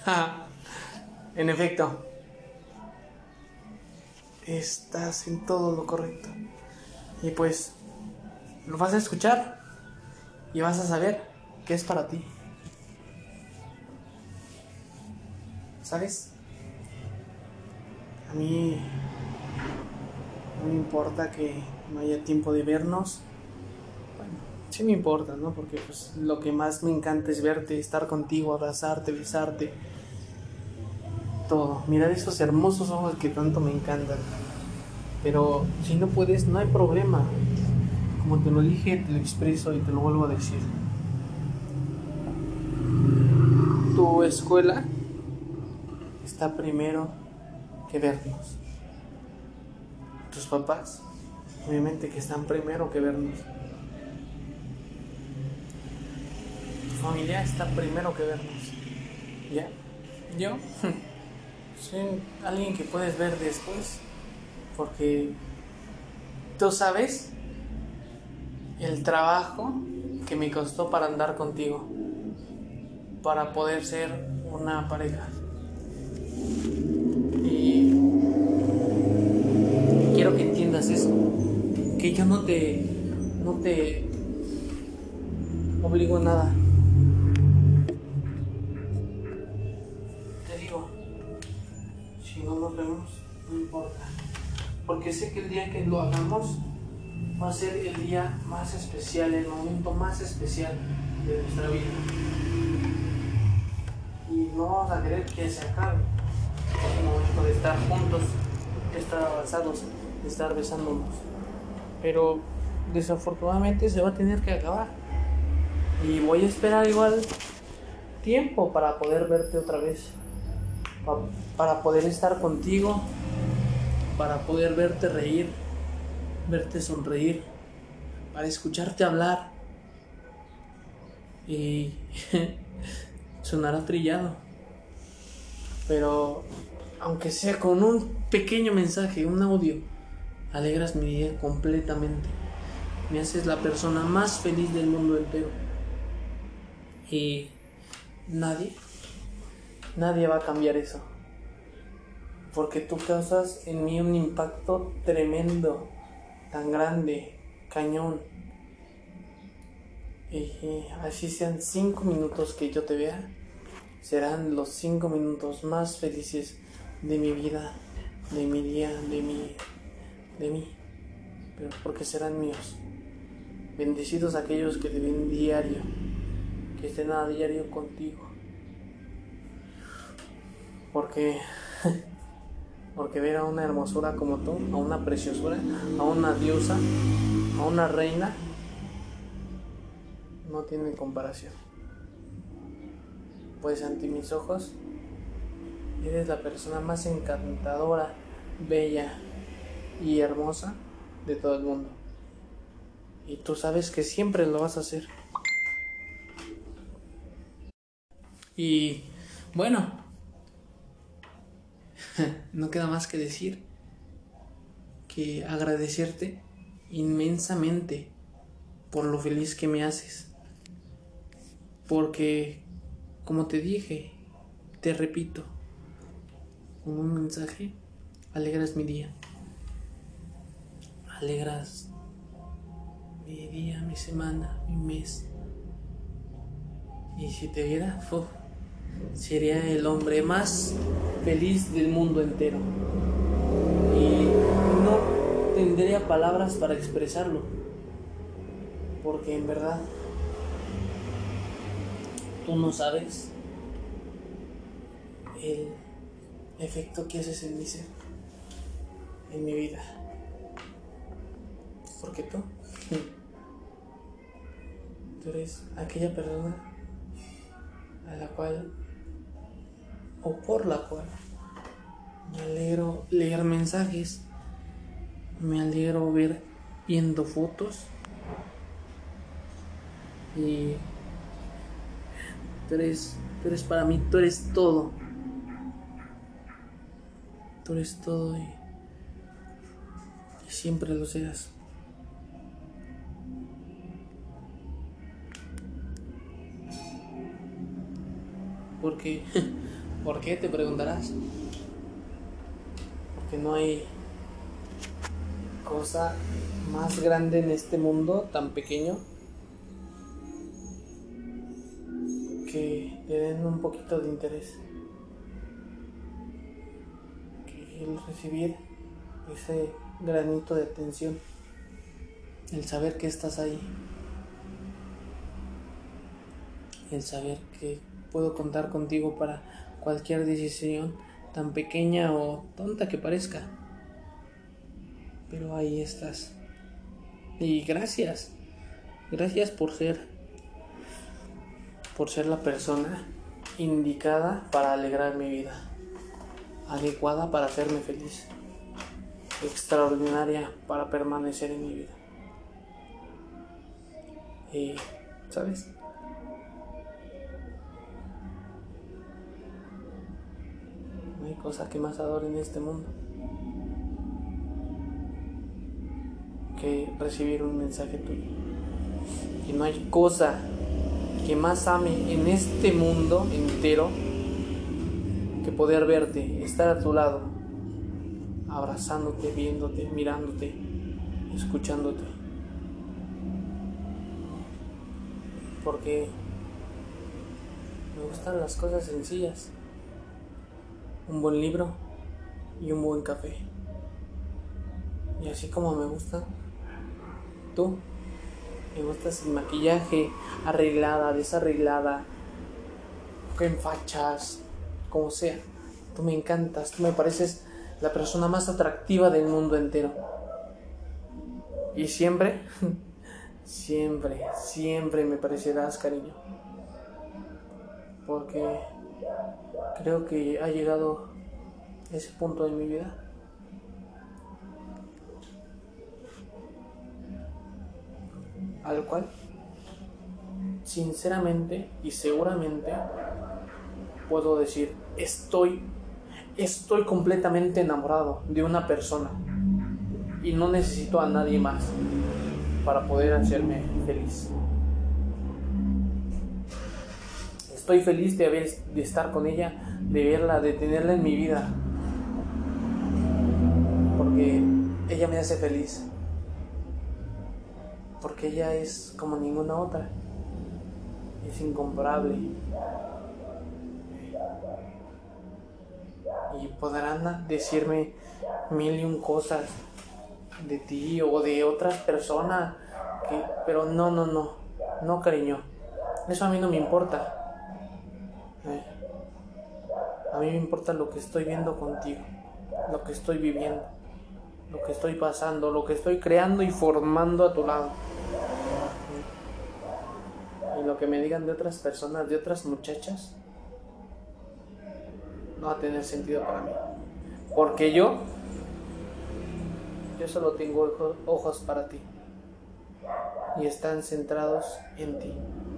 En efecto, estás en todo lo correcto. Y pues lo vas a escuchar y vas a saber qué es para ti. ¿Sabes? A mí no me importa que no haya tiempo de vernos. Bueno, sí me importa, ¿no? Porque pues lo que más me encanta es verte, estar contigo, abrazarte, besarte, todo. Mirar esos hermosos ojos que tanto me encantan. Pero si no puedes, no hay problema. Como te lo dije, te lo expreso y te lo vuelvo a decir. Tu escuela está primero que vernos. Tus papás, obviamente que están primero que vernos. Tu familia está primero que vernos. ¿Ya? Yo soy alguien que puedes ver después. Porque tú sabes el trabajo que me costó para andar contigo. Para poder ser una pareja. Y quiero que entiendas eso. Que yo no te obligo a nada. Te digo, si no nos vemos, no importa. Porque sé que el día que lo hagamos va a ser el día más especial, el momento más especial de nuestra vida. Y no vamos a querer que se acabe el momento de estar juntos, de estar abrazados, de estar besándonos. Pero desafortunadamente se va a tener que acabar. Y voy a esperar igual tiempo para poder verte otra vez. Para poder estar contigo, para poder verte reír, verte sonreír, para escucharte hablar. Y sonará trillado, pero aunque sea con un pequeño mensaje, un audio, alegras mi día completamente. Me haces la persona más feliz del mundo entero. Y nadie va a cambiar eso. Porque tú causas en mí un impacto tremendo, tan grande, cañón. Y así sean 5 minutos que yo te vea, serán los 5 minutos más felices de mi vida, de mi día, de mí, pero porque serán míos. Bendecidos aquellos que te ven diario, que estén a diario contigo, porque ver a una hermosura como tú, a una preciosura, a una diosa, a una reina, no tiene comparación. Pues ante mis ojos eres la persona más encantadora, bella y hermosa de todo el mundo. Y tú sabes que siempre lo vas a hacer. Y bueno, no queda más que decir que agradecerte inmensamente por lo feliz que me haces. Porque, como te dije, te repito, con un mensaje, alegras mi día. Alegras mi día, mi semana, mi mes. Y si te viera, sería el hombre más feliz del mundo entero. Y no tendría palabras para expresarlo. Porque en verdad, tú no sabes el efecto que haces en mi ser, en mi vida. Porque tú eres aquella persona a la cual, o por la cual, me alegro leer mensajes, me alegro viendo fotos. Y tú eres para mí, tú eres todo. Tú eres todo y siempre lo serás. Porque ¿Por qué? Te preguntarás. Porque no hay cosa más grande en este mundo tan pequeño que le den un poquito de interés, que el recibir ese granito de atención, el saber que estás ahí, el saber que puedo contar contigo para cualquier decisión, tan pequeña o tonta que parezca, pero ahí estás. Y gracias por ser la persona indicada para alegrar mi vida, adecuada para hacerme feliz, extraordinaria para permanecer en mi vida. Y, ¿sabes? No hay cosa que más adore en este mundo que recibir un mensaje tuyo. Y no hay cosa que más ame en este mundo entero que poder verte, estar a tu lado, abrazándote, viéndote, mirándote, escuchándote. Porque me gustan las cosas sencillas. Un buen libro y un buen café. Y así como me gusta tú, me gustas sin maquillaje, arreglada, desarreglada, en fachas, como sea. Tú me encantas, tú me pareces la persona más atractiva del mundo entero. Y siempre, siempre me parecerás, cariño. Porque creo que ha llegado ese punto de mi vida al cual sinceramente y seguramente puedo decir estoy completamente enamorado de una persona y no necesito a nadie más para poder hacerme feliz. Estoy feliz de estar con ella, de verla, de tenerla en mi vida, porque ella me hace feliz, porque ella es como ninguna otra, es incomparable. Y podrán decirme mil y un cosas de ti o de otras personas, pero no, cariño, eso a mí no me importa. A mí me importa lo que estoy viendo contigo, lo que estoy viviendo, lo que estoy pasando, lo que estoy creando y formando a tu lado. Y lo que me digan de otras personas, de otras muchachas, no va a tener sentido para mí. Porque yo solo tengo ojos para ti. Y están centrados en ti.